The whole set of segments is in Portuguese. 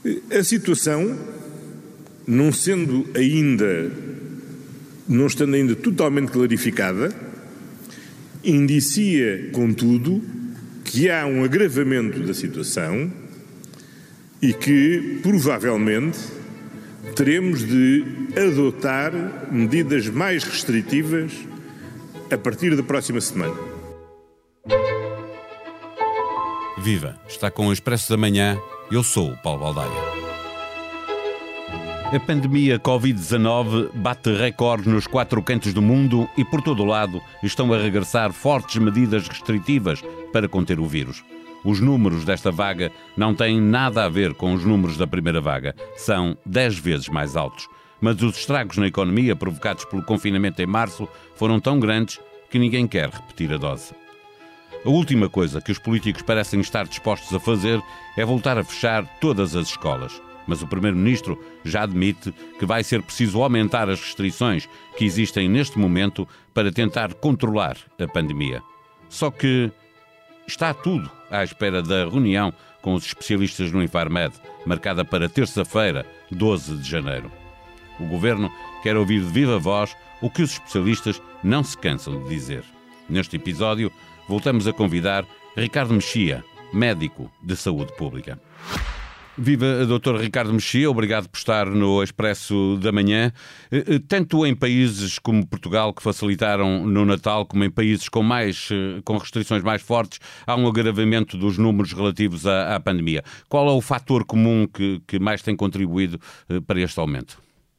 A situação, não estando ainda totalmente clarificada, indicia, contudo, que há um agravamento da situação e que, provavelmente, teremos de adotar medidas mais restritivas a partir da próxima semana. Viva! Está com o Expresso da Manhã. Eu sou o Paulo Baldaia. A pandemia Covid-19 bate recordes nos 4 cantos do mundo e, por todo o lado, estão a regressar fortes medidas restritivas para conter o vírus. Os números desta vaga não têm nada a ver com os números da primeira vaga. São 10 vezes mais altos. Mas os estragos na economia provocados pelo confinamento em março foram tão grandes que ninguém quer repetir a dose. A última coisa que os políticos parecem estar dispostos a fazer é voltar a fechar todas as escolas. Mas o Primeiro-Ministro já admite que vai ser preciso aumentar as restrições que existem neste momento para tentar controlar a pandemia. Só que está tudo à espera da reunião com os especialistas no Infarmed, marcada para terça-feira, 12 de janeiro. O Governo quer ouvir de viva voz o que os especialistas não se cansam de dizer. Neste episódio, voltamos a convidar Ricardo Mexia, médico de saúde pública. Viva, Dr. Ricardo Mexia, obrigado por estar no Expresso da Manhã. Tanto em países como Portugal, que facilitaram no Natal, como em países com restrições mais fortes, há um agravamento dos números relativos à pandemia. Qual é o fator comum que mais tem contribuído para este aumento?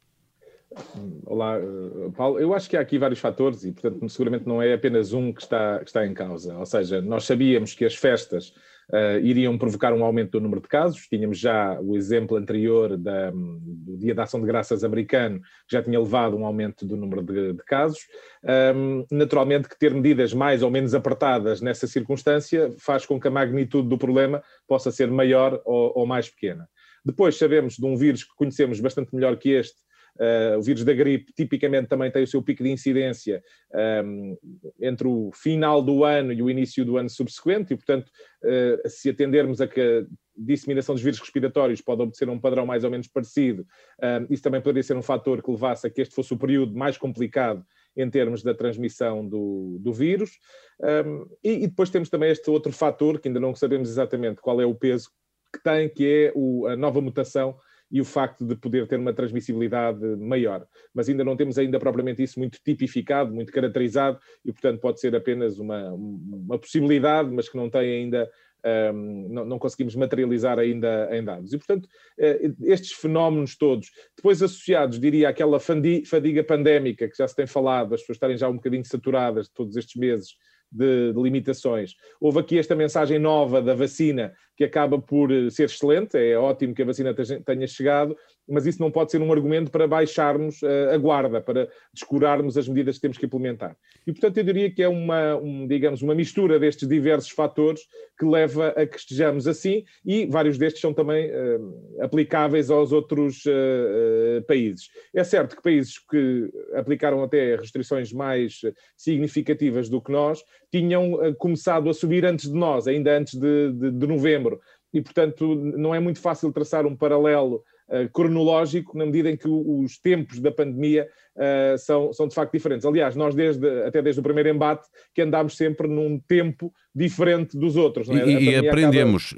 Olá, Paulo. Eu acho que há aqui vários fatores e, portanto, seguramente não é apenas um que está em causa. Ou seja, nós sabíamos que as festas iriam provocar um aumento do número de casos. Tínhamos já o exemplo anterior do Dia da Ação de Graças americano, que já tinha levado a um aumento do número de casos. Naturalmente que ter medidas mais ou menos apertadas nessa circunstância faz com que a magnitude do problema possa ser maior ou mais pequena. Depois sabemos de um vírus que conhecemos bastante melhor que este. O vírus da gripe tipicamente também tem o seu pico de incidência entre o final do ano e o início do ano subsequente e, portanto, se atendermos a que a disseminação dos vírus respiratórios pode obedecer a um padrão mais ou menos parecido, isso também poderia ser um fator que levasse a que este fosse o período mais complicado em termos da transmissão do vírus. E depois temos também este outro fator, que ainda não sabemos exatamente qual é o peso que tem, que é a nova mutação e o facto de poder ter uma transmissibilidade maior. Mas ainda não temos propriamente isso muito tipificado, muito caracterizado, e, portanto, pode ser apenas uma possibilidade, mas que não tem ainda, não conseguimos materializar ainda em dados. E, portanto, estes fenómenos todos, depois associados, diria, àquela fadiga pandémica que já se tem falado, as pessoas estarem já um bocadinho saturadas de todos estes meses de limitações. Houve aqui esta mensagem nova da vacina, que acaba por ser excelente, é ótimo que a vacina tenha chegado, mas isso não pode ser um argumento para baixarmos a guarda, para descurarmos as medidas que temos que implementar. E, portanto, eu diria que é uma mistura destes diversos fatores que leva a que estejamos assim, e vários destes são também aplicáveis aos outros países. É certo que países que aplicaram até restrições mais significativas do que nós, tinham começado a subir antes de nós, ainda antes de novembro. E, portanto, não é muito fácil traçar um paralelo cronológico na medida em que os tempos da pandemia são de facto diferentes. Aliás, nós até desde o primeiro embate que andámos sempre num tempo diferente dos outros. Não é? E aprendemos.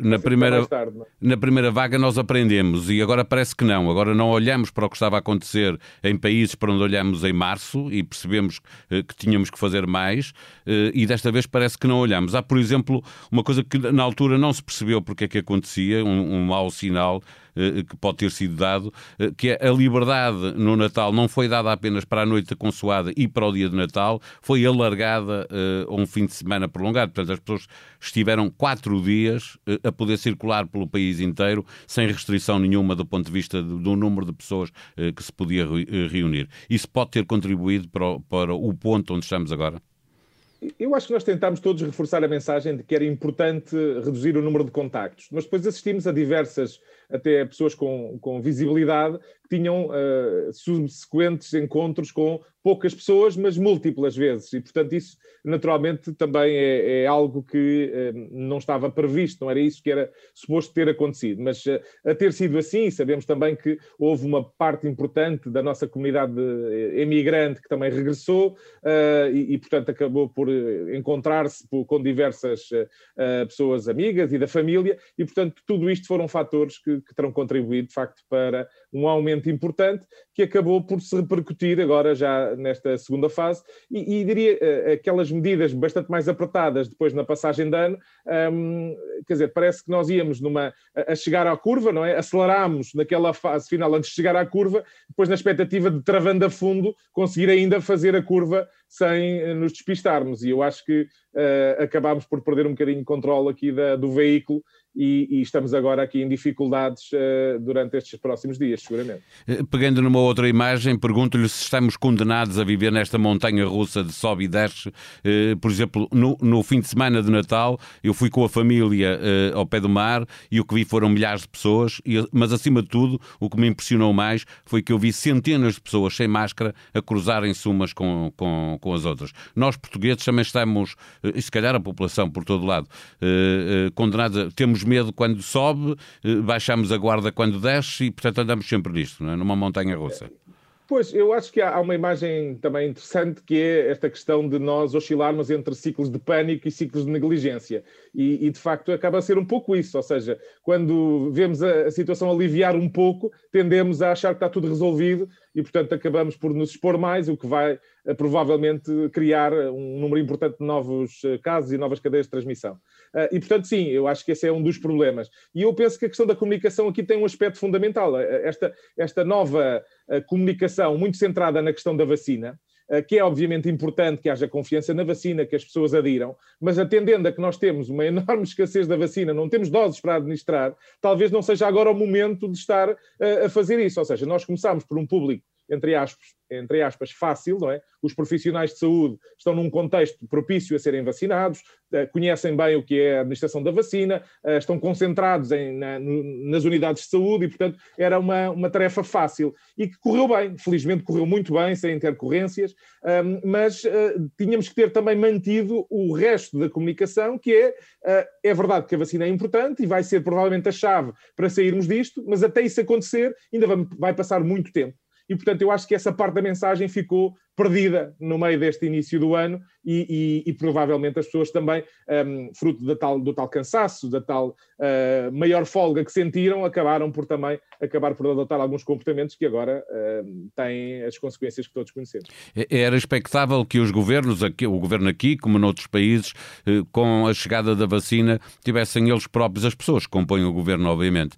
Na primeira vaga nós aprendemos e agora parece que não. Agora não olhamos para o que estava a acontecer em países para onde olhamos em março e percebemos que tínhamos que fazer mais e desta vez parece que não olhamos. Há, por exemplo, uma coisa que na altura não se percebeu porque é que acontecia, um mau sinal que pode ter sido dado, que é a liberdade no Natal não foi dada apenas para a noite da consoada e para o dia de Natal, foi alargada a um fim de semana prolongado. Portanto, as pessoas estiveram 4 dias a poder circular pelo país inteiro sem restrição nenhuma do ponto de vista do número de pessoas que se podia reunir. Isso pode ter contribuído para o ponto onde estamos agora? Eu acho que nós tentámos todos reforçar a mensagem de que era importante reduzir o número de contactos, mas depois assistimos a diversas até pessoas com visibilidade, que tinham subsequentes encontros com poucas pessoas, mas múltiplas vezes. E, portanto, isso naturalmente também é algo que não estava previsto, não era isso que era suposto ter acontecido. Mas a ter sido assim, sabemos também que houve uma parte importante da nossa comunidade emigrante que também regressou e portanto, acabou por encontrar-se com diversas pessoas amigas e da família e, portanto, tudo isto foram fatores que terão contribuído, de facto, para um aumento importante que acabou por se repercutir agora já nesta segunda fase e diria aquelas medidas bastante mais apertadas depois na passagem de ano, quer dizer, parece que nós íamos a chegar à curva, não é? Acelerámos naquela fase final antes de chegar à curva, depois na expectativa de, travando a fundo, conseguir ainda fazer a curva sem nos despistarmos. E eu acho que acabámos por perder um bocadinho de controle aqui do veículo e estamos agora aqui em dificuldades durante estes próximos dias, seguramente. Pegando numa outra imagem, pergunto-lhe se estamos condenados a viver nesta montanha russa de sobe e desce. Por exemplo, no fim de semana de Natal, eu fui com a família ao pé do mar e o que vi foram milhares de pessoas, mas acima de tudo, o que me impressionou mais foi que eu vi centenas de pessoas sem máscara a cruzarem-se umas com as outras. Nós, portugueses, também estamos, e se calhar a população por todo lado, condenados temos medo quando sobe, baixamos a guarda quando desce e, portanto, andamos sempre nisto, não é? Numa montanha russa. Pois, eu acho que há uma imagem também interessante que é esta questão de nós oscilarmos entre ciclos de pânico e ciclos de negligência. E de facto, acaba a ser um pouco isso. Ou seja, quando vemos a situação aliviar um pouco, tendemos a achar que está tudo resolvido e, portanto, acabamos por nos expor mais, o que vai provavelmente criar um número importante de novos casos e novas cadeias de transmissão. E, portanto, sim, eu acho que esse é um dos problemas. E eu penso que a questão da comunicação aqui tem um aspecto fundamental. Esta nova comunicação muito centrada na questão da vacina, que é obviamente importante que haja confiança na vacina, que as pessoas adiram, mas atendendo a que nós temos uma enorme escassez da vacina, não temos doses para administrar, talvez não seja agora o momento de estar a fazer isso. Ou seja, nós começamos por um público, entre aspas, fácil, não é? Os profissionais de saúde estão num contexto propício a serem vacinados, conhecem bem o que é a administração da vacina, estão concentrados nas unidades de saúde e, portanto, era uma tarefa fácil e que correu bem, felizmente correu muito bem, sem intercorrências, mas tínhamos que ter também mantido o resto da comunicação, que é verdade que a vacina é importante e vai ser provavelmente a chave para sairmos disto, mas até isso acontecer ainda vai passar muito tempo. E, portanto, eu acho que essa parte da mensagem ficou perdida no meio deste início do ano e provavelmente as pessoas também, fruto do tal cansaço, da tal maior folga que sentiram, acabaram por adotar alguns comportamentos que agora têm as consequências que todos conhecemos. Era expectável que os governos, o governo aqui, como noutros países, com a chegada da vacina, tivessem eles próprios, as pessoas que compõem o governo, obviamente,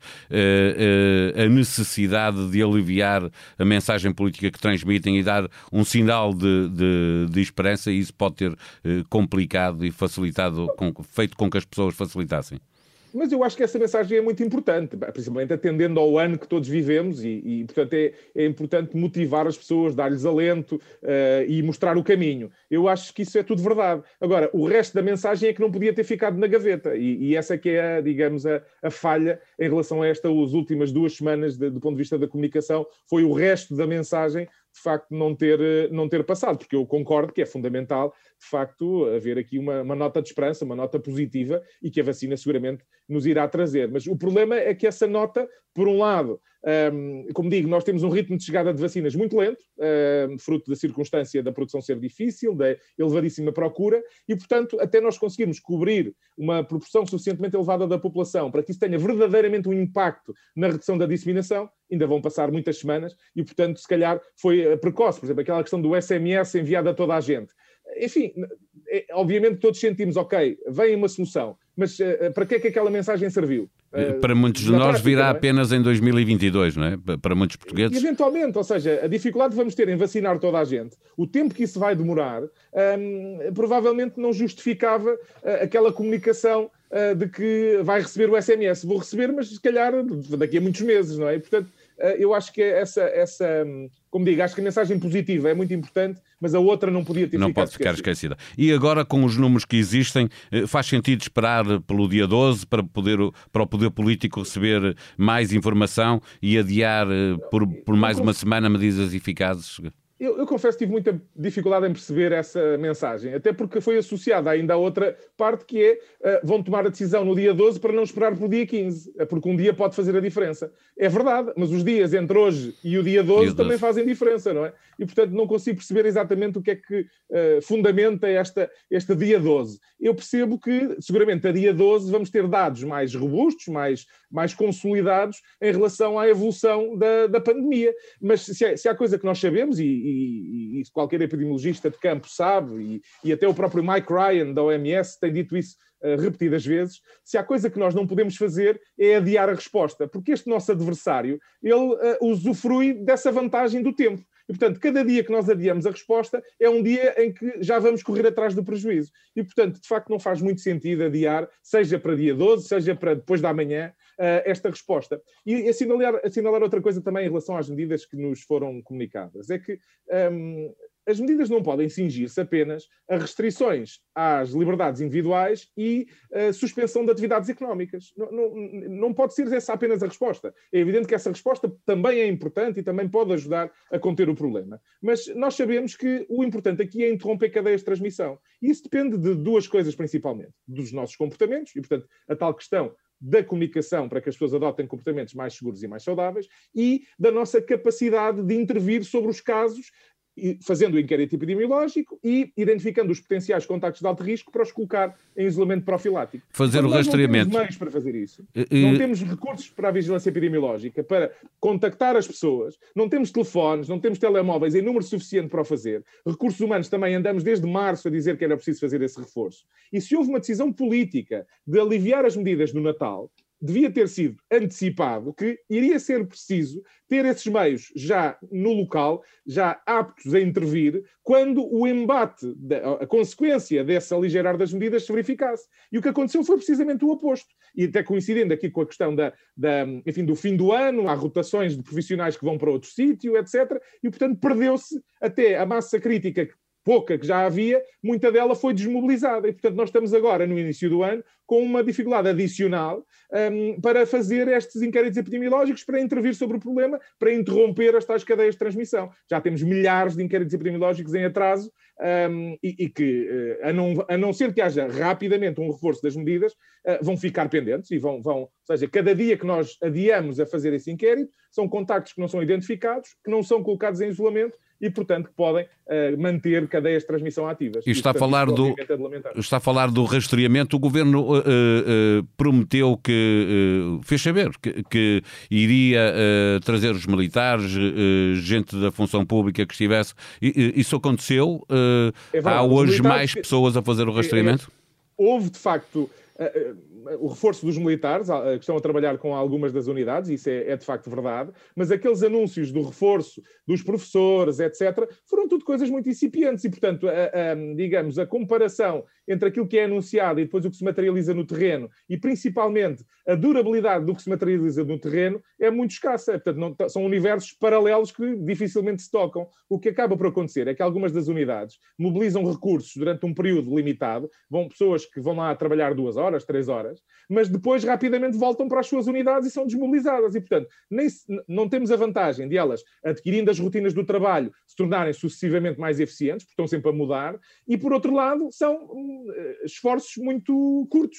a necessidade de aliviar a mensagem política que transmitem e dar um sinal de esperança, e isso pode ter complicado e facilitado, feito com que as pessoas facilitassem. Mas eu acho que essa mensagem é muito importante, principalmente atendendo ao ano que todos vivemos e portanto, é importante motivar as pessoas, dar-lhes alento e mostrar o caminho. Eu acho que isso é tudo verdade. Agora, o resto da mensagem é que não podia ter ficado na gaveta e essa que é, digamos, a falha em relação a as últimas 2 semanas do ponto de vista da comunicação, foi o resto da mensagem de facto não ter passado, porque eu concordo que é fundamental, de facto, haver aqui uma nota de esperança, uma nota positiva e que a vacina seguramente nos irá trazer. Mas o problema é que essa nota, por um lado, como digo, nós temos um ritmo de chegada de vacinas muito lento, fruto da circunstância da produção ser difícil, da elevadíssima procura, e, portanto, até nós conseguirmos cobrir uma proporção suficientemente elevada da população para que isso tenha verdadeiramente um impacto na redução da disseminação, ainda vão passar muitas semanas e, portanto, se calhar foi precoce. Por exemplo, aquela questão do SMS enviado a toda a gente. Enfim, obviamente todos sentimos, ok, vem uma solução, mas para que é que aquela mensagem serviu? Para muitos de nós virá apenas em 2022, não é? Para muitos portugueses. Eventualmente, ou seja, a dificuldade que vamos ter em vacinar toda a gente, o tempo que isso vai demorar, provavelmente não justificava aquela comunicação de que vai receber o SMS. Vou receber, mas se calhar daqui a muitos meses, não é? E, portanto, eu acho que como digo, acho que a mensagem positiva é muito importante, mas a outra não podia ter não pode ficar esquecida. E agora, com os números que existem, faz sentido esperar pelo dia 12 para o poder político receber mais informação e adiar por mais uma semana medidas eficazes? Eu confesso que tive muita dificuldade em perceber essa mensagem, até porque foi associada ainda a outra parte, que é vão tomar a decisão no dia 12 para não esperar para o dia 15, porque um dia pode fazer a diferença. É verdade, mas os dias entre hoje e o dia 12 também fazem diferença, não é? E, portanto, não consigo perceber exatamente o que é que fundamenta este dia 12. Eu percebo que, seguramente, a dia 12 vamos ter dados mais robustos, mais consolidados em relação à evolução da pandemia. Mas se há coisa que nós sabemos, e qualquer epidemiologista de campo sabe, e até o próprio Mike Ryan, da OMS, tem dito isso repetidas vezes, se há coisa que nós não podemos fazer é adiar a resposta, porque este nosso adversário, ele usufrui dessa vantagem do tempo. E, portanto, cada dia que nós adiamos a resposta é um dia em que já vamos correr atrás do prejuízo. E, portanto, de facto, não faz muito sentido adiar, seja para dia 12, seja para depois da manhã, esta resposta. E assinalar outra coisa também em relação às medidas que nos foram comunicadas. É que as medidas não podem cingir-se apenas a restrições às liberdades individuais e a suspensão de atividades económicas. Não pode ser essa apenas a resposta. É evidente que essa resposta também é importante e também pode ajudar a conter o problema. Mas nós sabemos que o importante aqui é interromper cadeias de transmissão. E isso depende de duas coisas principalmente. Dos nossos comportamentos, e portanto a tal questão da comunicação para que as pessoas adotem comportamentos mais seguros e mais saudáveis, e da nossa capacidade de intervir sobre os casos, fazendo o inquérito epidemiológico e identificando os potenciais contactos de alto risco para os colocar em isolamento profilático. Fazer o rastreamento. Não temos meios para fazer isso. Não temos recursos para a vigilância epidemiológica, para contactar as pessoas. Não temos telefones, não temos telemóveis em número suficiente para o fazer. Recursos humanos também andamos desde março a dizer que era preciso fazer esse reforço. E se houve uma decisão política de aliviar as medidas no Natal, devia ter sido antecipado que iria ser preciso ter esses meios já no local, já aptos a intervir, quando o embate, a consequência desse aligeirar das medidas se verificasse. E o que aconteceu foi precisamente o oposto. E até coincidendo aqui com a questão enfim, do fim do ano, há rotações de profissionais que vão para outro sítio, etc. E, portanto, perdeu-se até a massa crítica pouca que já havia, muita dela foi desmobilizada. E, portanto, nós estamos agora, no início do ano, com uma dificuldade adicional para fazer estes inquéritos epidemiológicos, para intervir sobre o problema, para interromper as tais cadeias de transmissão. Já temos milhares de inquéritos epidemiológicos em atraso e que, a não ser que haja rapidamente um reforço das medidas, vão ficar pendentes e ou seja, cada dia que nós adiamos a fazer esse inquérito, são contactos que não são identificados, que não são colocados em isolamento, e, portanto, que podem manter cadeias de transmissão ativas. Está a falar do rastreamento. O Governo prometeu fez saber que iria trazer os militares, gente da função pública que estivesse. Isso aconteceu? Há hoje mais pessoas a fazer o rastreamento? Houve, de facto, o reforço dos militares, que estão a trabalhar com algumas das unidades, isso é de facto verdade, mas aqueles anúncios do reforço dos professores, etc., foram tudo coisas muito incipientes e, portanto, digamos, a comparação entre aquilo que é anunciado e depois o que se materializa no terreno e, principalmente, a durabilidade do que se materializa no terreno é muito escassa. Portanto, são universos paralelos que dificilmente se tocam. O que acaba por acontecer é que algumas das unidades mobilizam recursos durante um período limitado, vão pessoas que vão lá trabalhar 2 horas, 3 horas, mas depois rapidamente voltam para as suas unidades e são desmobilizadas. E, portanto, não temos a vantagem de elas, adquirindo as rotinas do trabalho, se tornarem sucessivamente mais eficientes, porque estão sempre a mudar, e, por outro lado, são esforços muito curtos,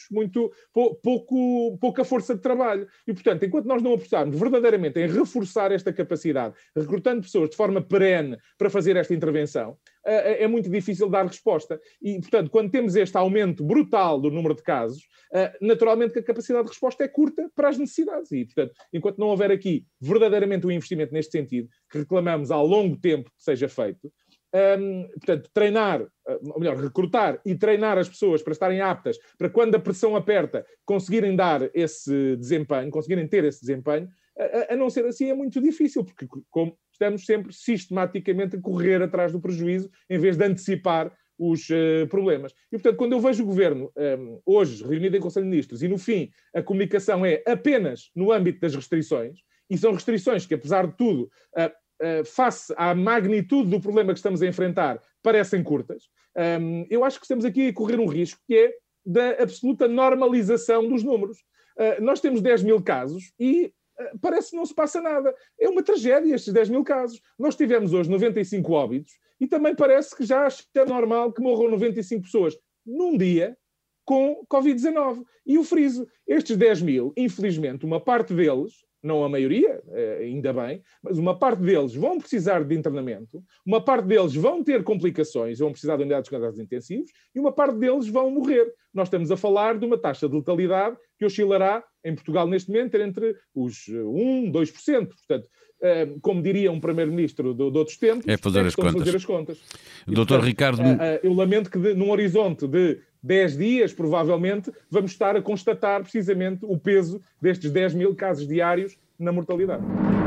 pouca força de trabalho. E, portanto, enquanto nós não apostarmos verdadeiramente em reforçar esta capacidade, recrutando pessoas de forma perene para fazer esta intervenção, é muito difícil dar resposta. E, portanto, quando temos este aumento brutal do número de casos, naturalmente que a capacidade de resposta é curta para as necessidades. E, portanto, enquanto não houver aqui verdadeiramente um investimento neste sentido, que reclamamos há longo tempo que seja feito, portanto, recrutar e treinar as pessoas para estarem aptas, para quando a pressão aperta, conseguirem dar esse desempenho, conseguirem ter esse desempenho, a não ser assim é muito difícil, porque como estamos sempre sistematicamente a correr atrás do prejuízo, em vez de antecipar os problemas. E, portanto, quando eu vejo o Governo hoje reunido em Conselho de Ministros e, no fim, a comunicação é apenas no âmbito das restrições, e são restrições que, apesar de tudo, face à magnitude do problema que estamos a enfrentar, parecem curtas. Eu acho que estamos aqui a correr um risco que é da absoluta normalização dos números. Nós temos 10 mil casos e parece que não se passa nada. É uma tragédia estes 10 mil casos. Nós tivemos hoje 95 óbitos e também parece que já é normal que morram 95 pessoas num dia com Covid-19. E o friso, estes 10 mil, infelizmente, uma parte deles, não a maioria, ainda bem, mas uma parte deles vão precisar de internamento, uma parte deles vão ter complicações, vão precisar de unidades de cuidados intensivos, e uma parte deles vão morrer. Nós estamos a falar de uma taxa de letalidade que oscilará, em Portugal, neste momento, entre os 1% e 2%. Portanto, como diria um primeiro-ministro de outros tempos, é fazer as contas. Doutor Ricardo... eu lamento que num horizonte de 10 dias, provavelmente, vamos estar a constatar precisamente o peso destes 10 mil casos diários na mortalidade.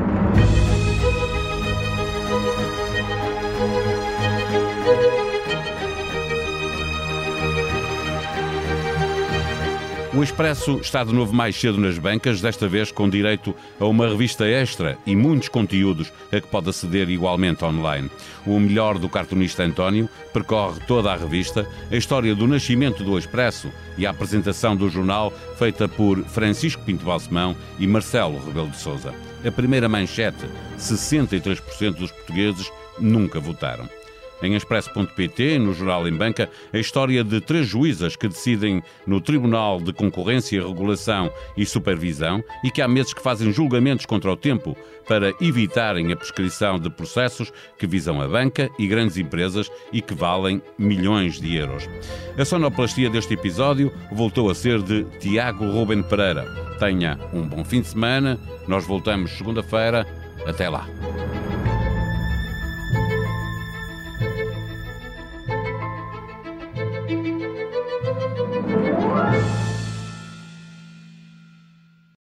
O Expresso está de novo mais cedo nas bancas, desta vez com direito a uma revista extra e muitos conteúdos a que pode aceder igualmente online. O melhor do cartunista António percorre toda a revista, a história do nascimento do Expresso e a apresentação do jornal feita por Francisco Pinto Balsemão e Marcelo Rebelo de Sousa. A primeira manchete: 63% dos portugueses nunca votaram. Em Expresso.pt, no Jornal em Banca, a história de 3 juízas que decidem no Tribunal de Concorrência, Regulação e Supervisão e que há meses que fazem julgamentos contra o tempo para evitarem a prescrição de processos que visam a banca e grandes empresas e que valem milhões de euros. A sonoplastia deste episódio voltou a ser de Tiago Ruben Pereira. Tenha um bom fim de semana. Nós voltamos segunda-feira. Até lá.